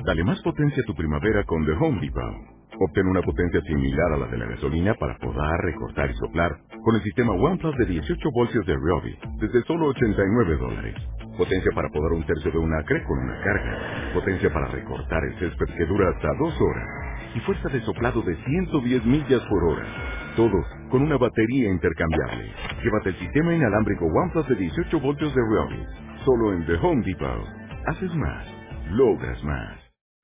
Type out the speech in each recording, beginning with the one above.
Dale más potencia a tu primavera con The Home Depot. Obtén una potencia similar a la de la gasolina para podar, recortar y soplar con el sistema OnePlus de 18 voltios de Ryobi desde solo $89. Potencia para podar un tercio de un acre con una carga. Potencia para recortar el césped que dura hasta 2 horas. Y fuerza de soplado de 110 millas por hora. Todo con una batería intercambiable. Llévate el sistema inalámbrico OnePlus de 18 voltios de Ryobi. Solo en The Home Depot. Haces más. Logras más.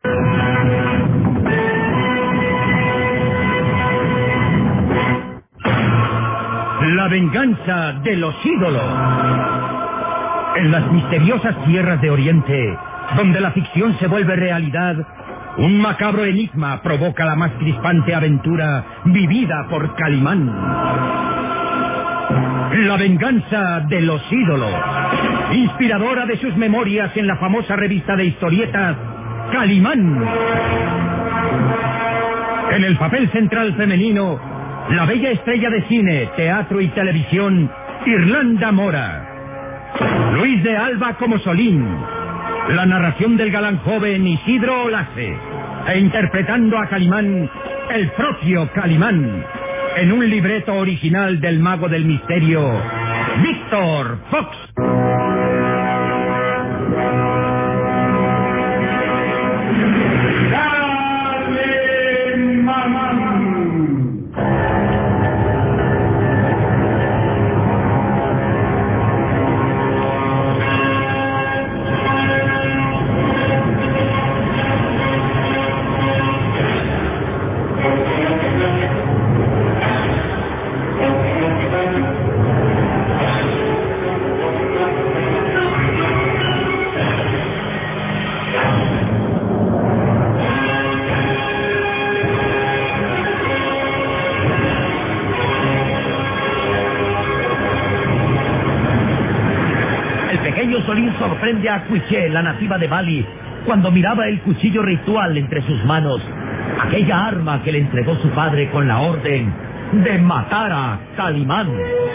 La venganza de los ídolos. En las misteriosas tierras de Oriente, donde la ficción se vuelve realidad, un macabro enigma provoca la más crispante aventura vivida por Calimán. La venganza de los ídolos. Inspiradora de sus memorias en la famosa revista de historietas, Calimán. En el papel central femenino, la bella estrella de cine, teatro y televisión, Irlanda Mora. Luis de Alba como Solín. La narración del galán joven Isidro Olace. E interpretando a Calimán, el propio Calimán. En un libreto original del mago del misterio, Víctor Fox. Solín sorprende a Quiché, la nativa de Bali, cuando miraba el cuchillo ritual entre sus manos, aquella arma que le entregó su padre con la orden de matar a Calimán.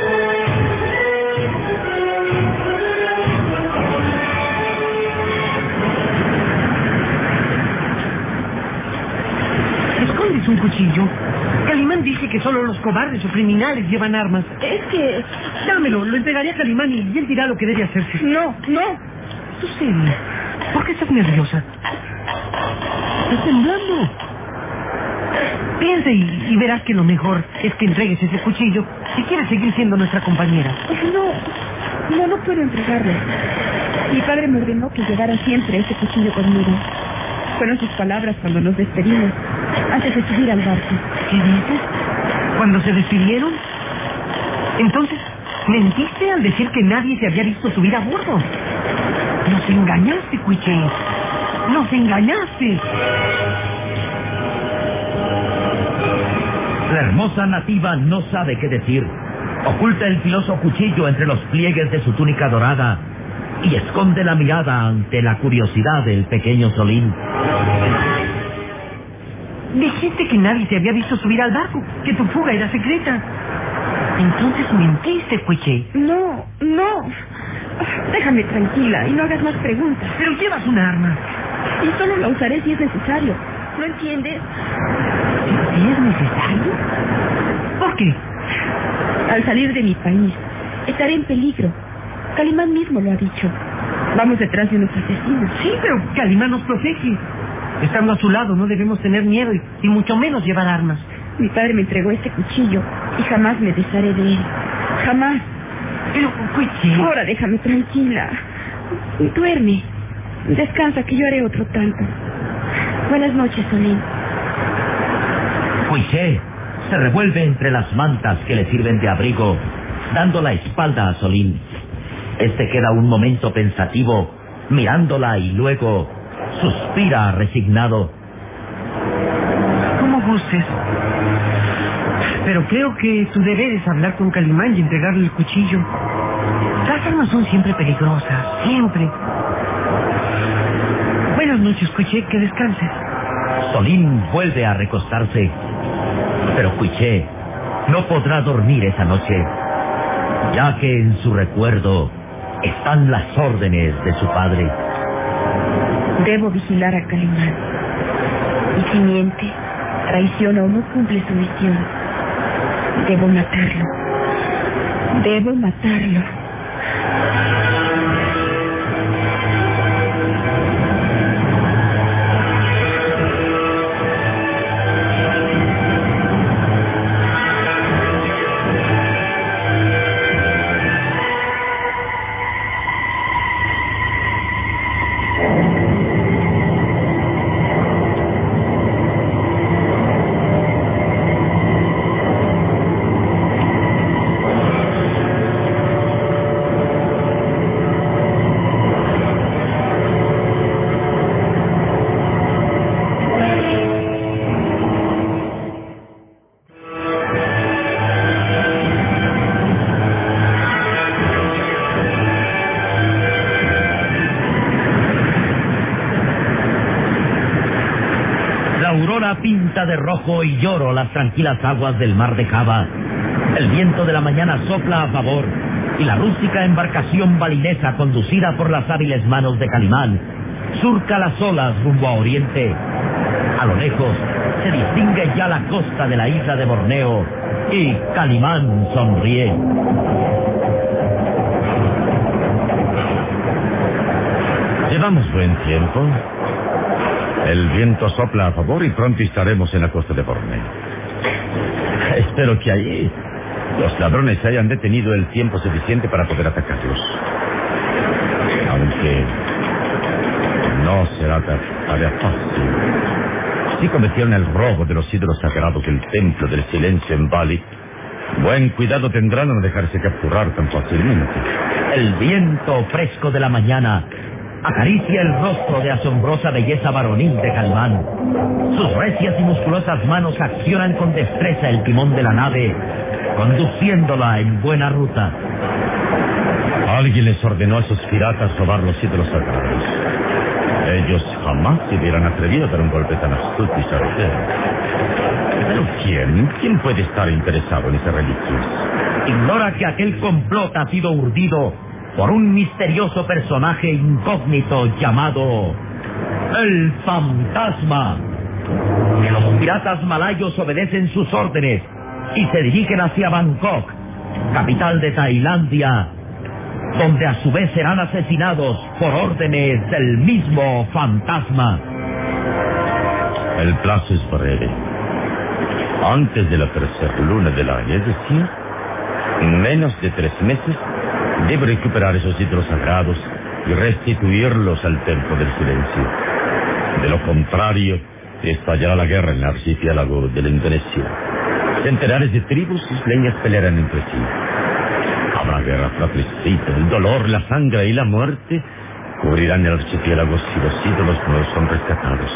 ¿Escondes un cuchillo? Calimán dice que solo los cobardes o criminales llevan armas. Es que... Dámelo, lo entregaré a Calimán y él dirá lo que debe hacerse. No. Susana, ¿por qué estás nerviosa? Estás temblando. Piensa y verás que lo mejor es que entregues ese cuchillo si quieres seguir siendo nuestra compañera. No puedo entregarlo. Mi padre me ordenó que llevara siempre ese cuchillo conmigo. Fueron sus palabras cuando nos despedimos, antes de subir al barco. ¿Qué dices? ¿Cuando se despidieron? Entonces, mentiste al decir que nadie se había visto subir a bordo. Nos engañaste, Quiché. Nos engañaste. La hermosa nativa no sabe qué decir. Oculta el filoso cuchillo entre los pliegues de su túnica dorada y esconde la mirada ante la curiosidad del pequeño Solín. Dijiste que nadie se había visto subir al barco, que tu fuga era secreta. Entonces mentiste, Quiché. No. Déjame tranquila y no hagas más preguntas. Pero llevas una arma. Y solo la usaré si es necesario. ¿No entiendes? ¿Si es necesario? ¿Por qué? Al salir de mi país, estaré en peligro. Calimán mismo lo ha dicho. Vamos detrás de unos asesinos. Sí, pero Calimán nos protege. Estando a su lado no debemos tener miedo y mucho menos llevar armas. Mi padre me entregó este cuchillo y jamás me desharé de él. Jamás. Pero, Quiché... Ahora déjame tranquila. Duerme. Descansa que yo haré otro tanto. Buenas noches, Solín. Quiché se revuelve entre las mantas que le sirven de abrigo, dando la espalda a Solín. Este queda un momento pensativo, mirándola y luego suspira resignado. Como gustes. Pero creo que tu deber es hablar con Calimán y entregarle el cuchillo. Las armas son siempre peligrosas, siempre. Buenas noches, Quiché, que descanses. Solín vuelve a recostarse, pero Quiché no podrá dormir esa noche, ya que en su recuerdo están las órdenes de su padre. Debo vigilar a Calimán. Y si miente, traiciona o no cumple su misión, debo matarlo. Debo matarlo. Pinta de rojo y lloro las tranquilas aguas del mar de Java. El viento de la mañana sopla a favor y la rústica embarcación balinesa conducida por las hábiles manos de Calimán surca las olas rumbo a oriente. A lo lejos se distingue ya la costa de la isla de Borneo y Calimán sonríe. Llevamos buen tiempo. El viento sopla a favor y pronto estaremos en la costa de Borneo. Espero que allí los ladrones se hayan detenido el tiempo suficiente para poder atacarlos. Aunque no será tarea fácil. Si cometieron el robo de los ídolos sagrados del templo del silencio en Bali, buen cuidado tendrán a no dejarse capturar tan fácilmente. El viento fresco de la mañana acaricia el rostro de asombrosa belleza varonil de Calimán. Sus recias y musculosas manos accionan con destreza el timón de la nave, conduciéndola en buena ruta. Alguien les ordenó a esos piratas robar los ídolos sagrados. Ellos jamás se hubieran atrevido a dar un golpe tan astuto y certero. ¿Pero quién? ¿Quién puede estar interesado en esas reliquias? Ignora que aquel complot ha sido urdido por un misterioso personaje incógnito llamado el Fantasma. Que los piratas malayos obedecen sus órdenes y se dirigen hacia Bangkok, capital de Tailandia, donde a su vez serán asesinados por órdenes del mismo Fantasma. El plazo es breve. Antes de la tercera luna del año, es decir, en menos de 3 meses, debo recuperar esos ídolos sagrados y restituirlos al templo del silencio. De lo contrario, estallará la guerra en el archipiélago de la Indonesia. Centenares de tribus isleñas pelearán entre sí. Habrá guerra fratricida, el dolor, la sangre y la muerte cubrirán el archipiélago si los ídolos no son rescatados.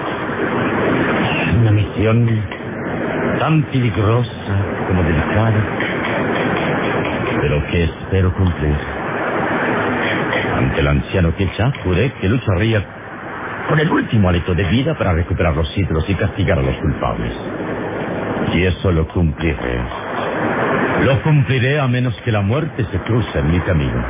Una misión tan peligrosa como delicada, pero que espero cumplir. Ante el anciano Quechá, juré que lucharía con el último hálito de vida para recuperar los ídolos y castigar a los culpables. Y eso lo cumpliré. Lo cumpliré a menos que la muerte se cruce en mi camino.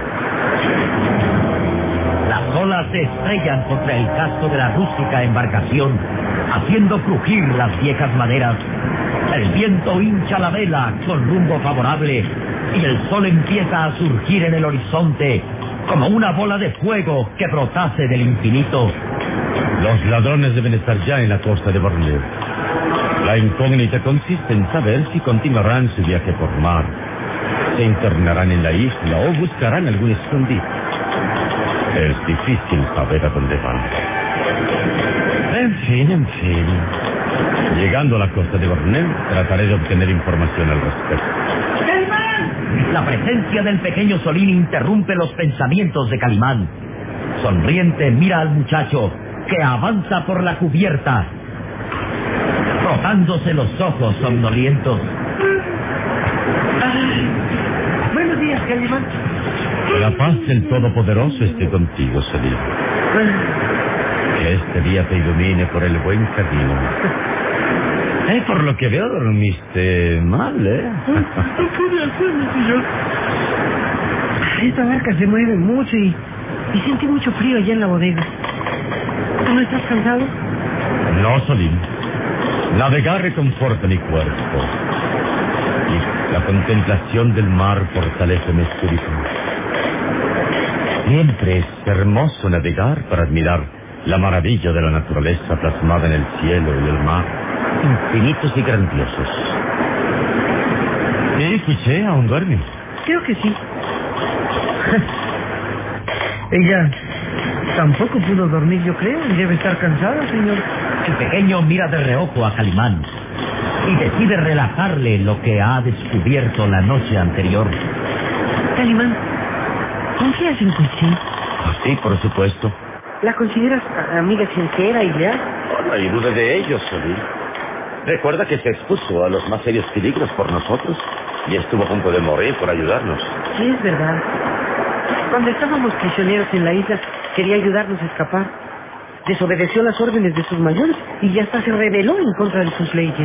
Las olas se estrellan contra el casco de la rústica embarcación, haciendo crujir las viejas maderas. El viento hincha la vela con rumbo favorable y el sol empieza a surgir en el horizonte como una bola de fuego que brotase del infinito. Los ladrones deben estar ya en la costa de Borneo. La incógnita consiste en saber si continuarán su viaje por mar, se internarán en la isla o buscarán algún escondite. Es difícil saber a dónde van. En fin. Llegando a la costa de Borneo, trataré de obtener información al respecto. La presencia del pequeño Solín interrumpe los pensamientos de Calimán. Sonriente mira al muchacho que avanza por la cubierta, frotándose los ojos somnolientos. Buenos días, Calimán. Que la paz del Todopoderoso esté contigo, Solín. Que este día te ilumine por el buen camino. Por lo que veo, dormiste mal, No pude hacerlo, señor. Esta barca se mueve mucho y sentí mucho frío allá en la bodega. ¿Tú no estás cansado? No, Solín. Navegar reconforta mi cuerpo. Y la contemplación del mar fortalece mi espíritu. Siempre es hermoso navegar para admirar la maravilla de la naturaleza plasmada en el cielo y el mar, infinitos y grandiosos. Sí, escuché, aún duerme. Creo que sí. Ella tampoco pudo dormir, yo creo. Debe estar cansada, señor. El pequeño mira de reojo a Calimán y decide relajarle lo que ha descubierto la noche anterior. Calimán, ¿confías en Cuiché? Sí, por supuesto. ¿La consideras amiga sincera y leal? No hay duda de ello, Solín. Recuerda que se expuso a los más serios peligros por nosotros y estuvo a punto de morir por ayudarnos. Sí, es verdad. Cuando estábamos prisioneros en la isla, quería ayudarnos a escapar. Desobedeció las órdenes de sus mayores y hasta se rebeló en contra de sus leyes.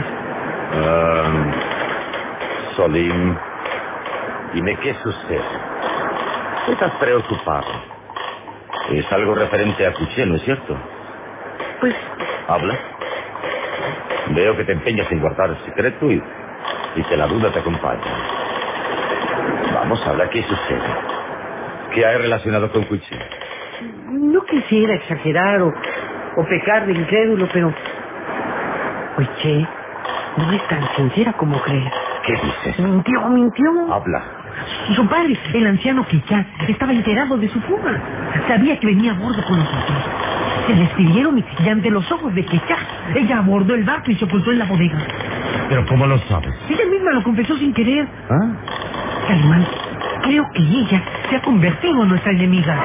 Solín, dime qué sucede. Estás preocupado. Es algo referente a Cuché, ¿no es cierto? Pues, Habla. Veo que te empeñas en guardar el secreto y que la duda te acompaña. Vamos, habla, ¿qué sucede? ¿Qué hay relacionado con Cuché? no quisiera exagerar o pecar de incrédulo, pero... Cuché no es tan sincera como crees. ¿Qué dices? Mintió. Habla. Su padre, el anciano Quechá, estaba enterado de su fuga. Sabía que venía a bordo con nosotros. Se despidieron y ante los ojos de Quechá, ella abordó el barco y se ocultó en la bodega. ¿Pero cómo lo sabes? Ella misma lo confesó sin querer. ¿Ah? Calimán, creo que ella se ha convertido en nuestra enemiga.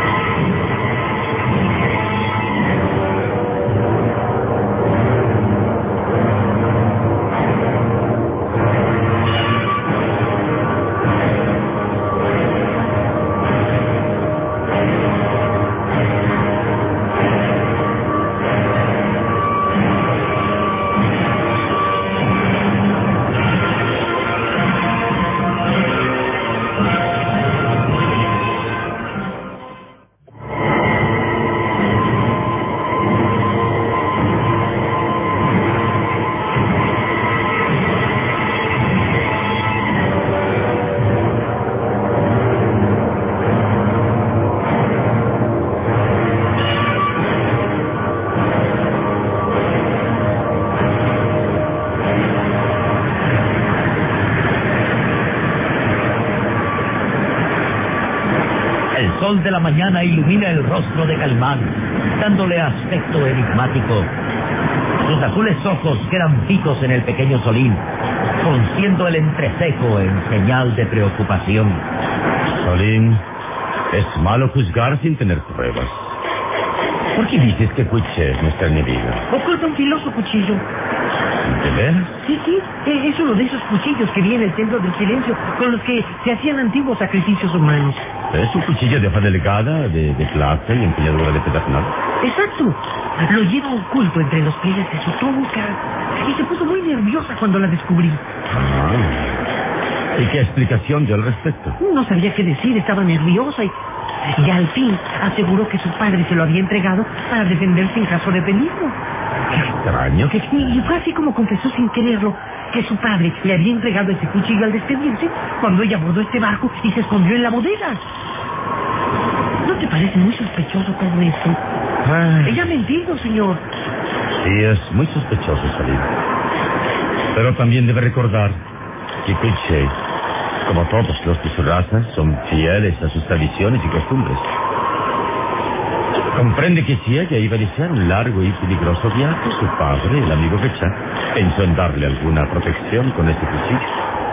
El sol de la mañana ilumina el rostro de Calimán, dándole aspecto enigmático. Sus azules ojos quedan fijos en el pequeño Solín, frunciendo el entrecejo en señal de preocupación. Solín, es malo juzgar sin tener pruebas. ¿Por qué dices que Cuché es nuestra enemiga? Oculta un filoso cuchillo. ¿De veras? Sí, es uno de esos cuchillos que vi en el templo del silencio, con los que se hacían antiguos sacrificios humanos. Es un cuchillo de hoja delgada, de plata y empuñadura de pedernal. Exacto. Lo lleva oculto entre los pliegues de su túnica. Y se puso muy nerviosa cuando la descubrí. Ah. ¿Y qué explicación dio al respecto? No sabía qué decir, estaba nerviosa y al fin aseguró que su padre se lo había entregado para defenderse en caso de peligro. Qué extraño. Y fue así como confesó sin quererlo que su padre le había entregado ese cuchillo al despedirse cuando ella abordó este barco y se escondió en la bodega. ¿No te parece muy sospechoso todo esto? Ay. Ella ha mentido, señor. Sí, es muy sospechoso, Solín. Pero también debe recordar que Cuché, como todos los de su raza, son fieles a sus tradiciones y costumbres. Comprende que si ella iba a iniciar un largo y peligroso viaje, su padre, el amigo Quechá, pensó en darle alguna protección con este cuchillo.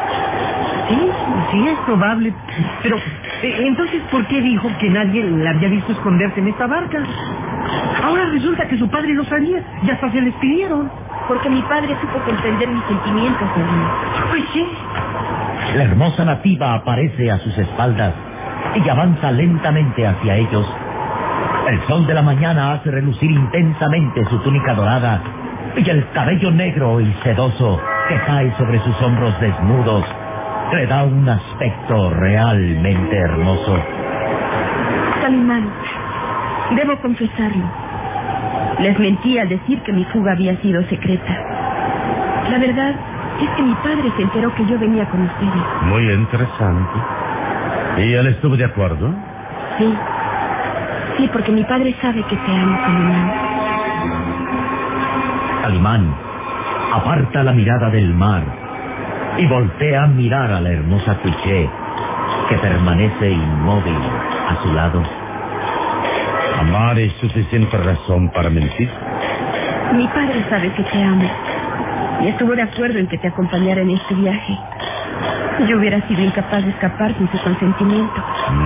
Sí, es probable. Pero, entonces, ¿por qué dijo que nadie la había visto esconderse en esta barca? Ahora resulta que su padre lo sabía y hasta se les pidieron. Porque mi padre supo comprender mis sentimientos, Solín. Pues sí. La hermosa nativa aparece a sus espaldas y avanza lentamente hacia ellos. El sol de la mañana hace relucir intensamente su túnica dorada y el cabello negro y sedoso que cae sobre sus hombros desnudos le da un aspecto realmente hermoso. Calimán, debo confesarlo. Les mentí al decir que mi fuga había sido secreta. La verdad es que mi padre se enteró que yo venía con ustedes. Muy interesante. ¿Y él estuvo de acuerdo? Sí. Sí, porque mi padre sabe que te amo, Calimán. Calimán aparta la mirada del mar y voltea a mirar a la hermosa Quiché, que permanece inmóvil a su lado. Amar es suficiente razón para mentir. Mi padre sabe que te amo y estuvo de acuerdo en que te acompañara en este viaje. Yo hubiera sido incapaz de escapar sin su consentimiento.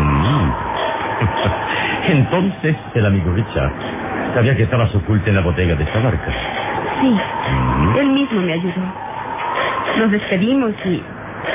Entonces el amigo Richard sabía que estabas oculta en la bodega de esta barca. Sí, él mismo me ayudó. Nos despedimos y...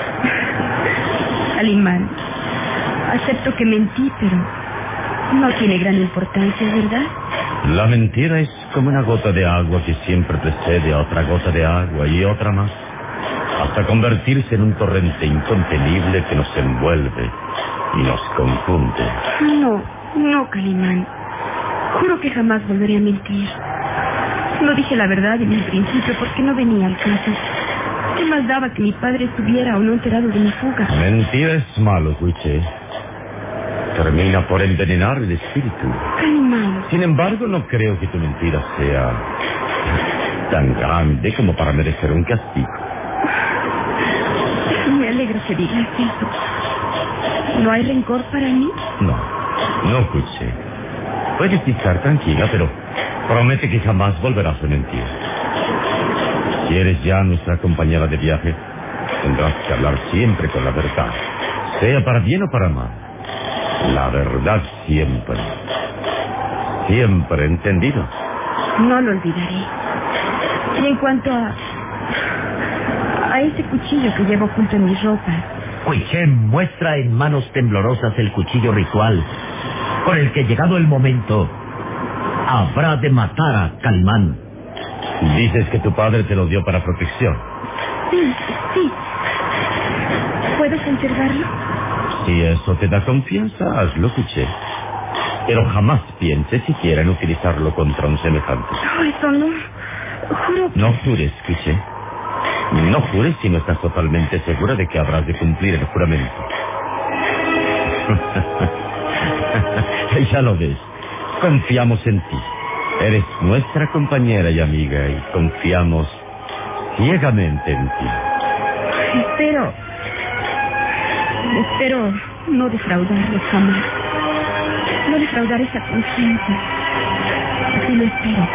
Calimán, acepto que mentí, pero no tiene gran importancia, ¿verdad? La mentira es como una gota de agua que siempre precede a otra gota de agua y otra más, hasta convertirse en un torrente incontenible que nos envuelve y nos confunde. No, Calimán. Juro que jamás volveré a mentir. No dije la verdad en el principio porque no venía al caso. ¿Qué más daba que mi padre estuviera o no enterado de mi fuga? Mentir es malo, Quiché. Termina por envenenar el espíritu. Calimán. Sin embargo, no creo que tu mentira sea tan grande como para merecer un castigo. Me alegro que digas eso. ¿No hay rencor para mí? No, Quiché. Puedes estar tranquila, pero promete que jamás volverás a mentir. Si eres ya nuestra compañera de viaje, tendrás que hablar siempre con la verdad, sea para bien o para mal. La verdad siempre. Siempre, ¿entendido? No lo olvidaré. Y en cuanto a ese cuchillo que llevo oculto en mis ropas... Quiché muestra en manos temblorosas el cuchillo ritual, con el que, llegado el momento, habrá de matar a Calimán. Dices que tu padre te lo dio para protección. Sí. ¿Puedo conservarlo? Si eso te da confianza, hazlo, Quiché. Pero jamás pienses siquiera en utilizarlo contra un semejante. No, eso no. Juro que... No jures, Quiché. No jures si no estás totalmente segura de que habrás de cumplir el juramento. Ya lo ves. Confiamos en ti. Eres nuestra compañera y amiga y confiamos ciegamente en ti. Espero no defraudarles jamás. No defraudar esa confianza. Así lo espero.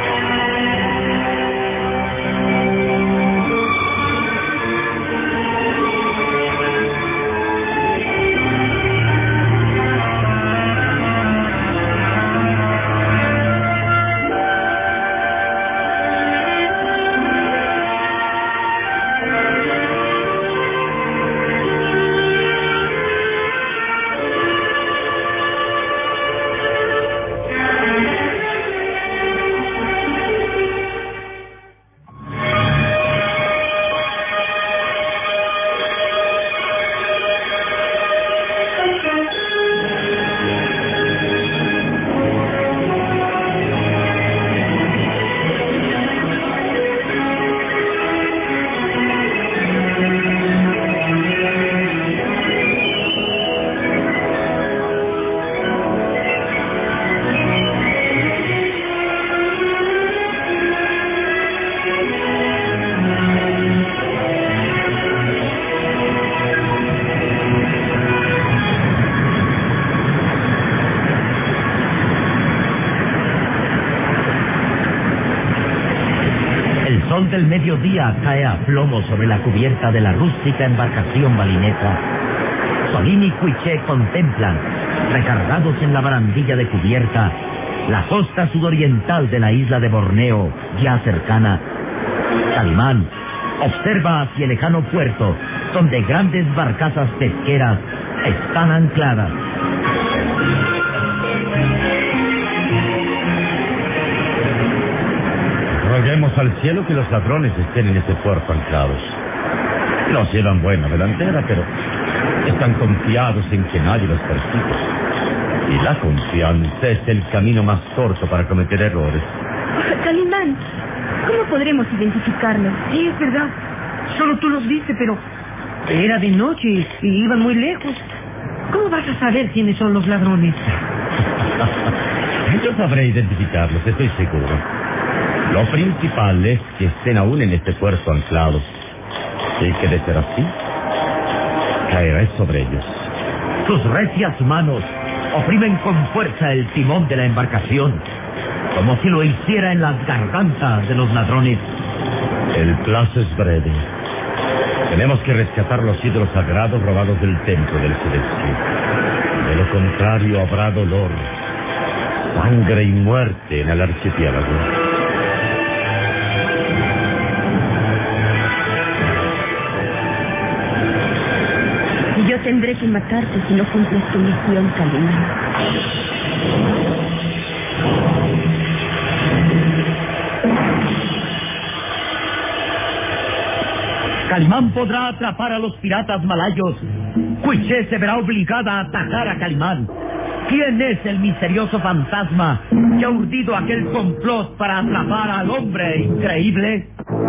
El sol del mediodía cae a plomo sobre la cubierta de la rústica embarcación balinesa. Solín y Quiché contemplan, recargados en la barandilla de cubierta, la costa sudoriental de la isla de Borneo, ya cercana. Calimán observa hacia el lejano puerto, donde grandes barcazas pesqueras están ancladas. Roguemos al cielo que los ladrones estén en ese puerto anclados. Nos llevan buena delantera, pero están confiados en que nadie los persigue. Y la confianza es el camino más corto para cometer errores. Calimán, ¿cómo podremos identificarlos? Sí, es verdad. Solo tú los viste, pero era de noche y iban muy lejos. ¿Cómo vas a saber quiénes son los ladrones? Yo sabré identificarlos, estoy seguro. Lo principal es que estén aún en este puerto anclados. Y que de ser así, caeré sobre ellos. Sus recias manos oprimen con fuerza el timón de la embarcación, como si lo hiciera en las gargantas de los ladrones. El plazo es breve. Tenemos que rescatar los ídolos sagrados robados del templo del Silencio. De lo contrario habrá dolor, sangre y muerte en el archipiélago. Yo tendré que matarte si no cumples tu misión, Calimán. Calimán podrá atrapar a los piratas malayos. Quiché se verá obligada a atacar a Calimán. ¿Quién es el misterioso fantasma que ha urdido aquel complot para atrapar al hombre increíble?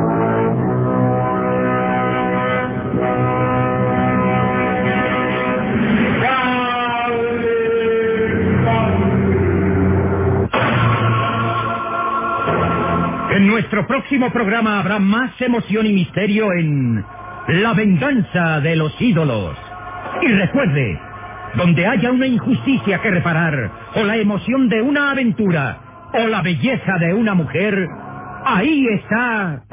En nuestro próximo programa habrá más emoción y misterio en La venganza de los ídolos. Y recuerde, donde haya una injusticia que reparar, o la emoción de una aventura, o la belleza de una mujer, ahí está...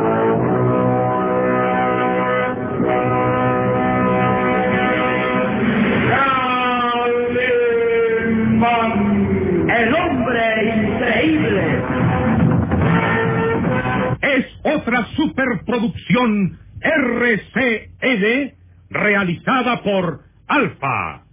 ¡El hombre increíble! Es otra superproducción RCN realizada por Alfa.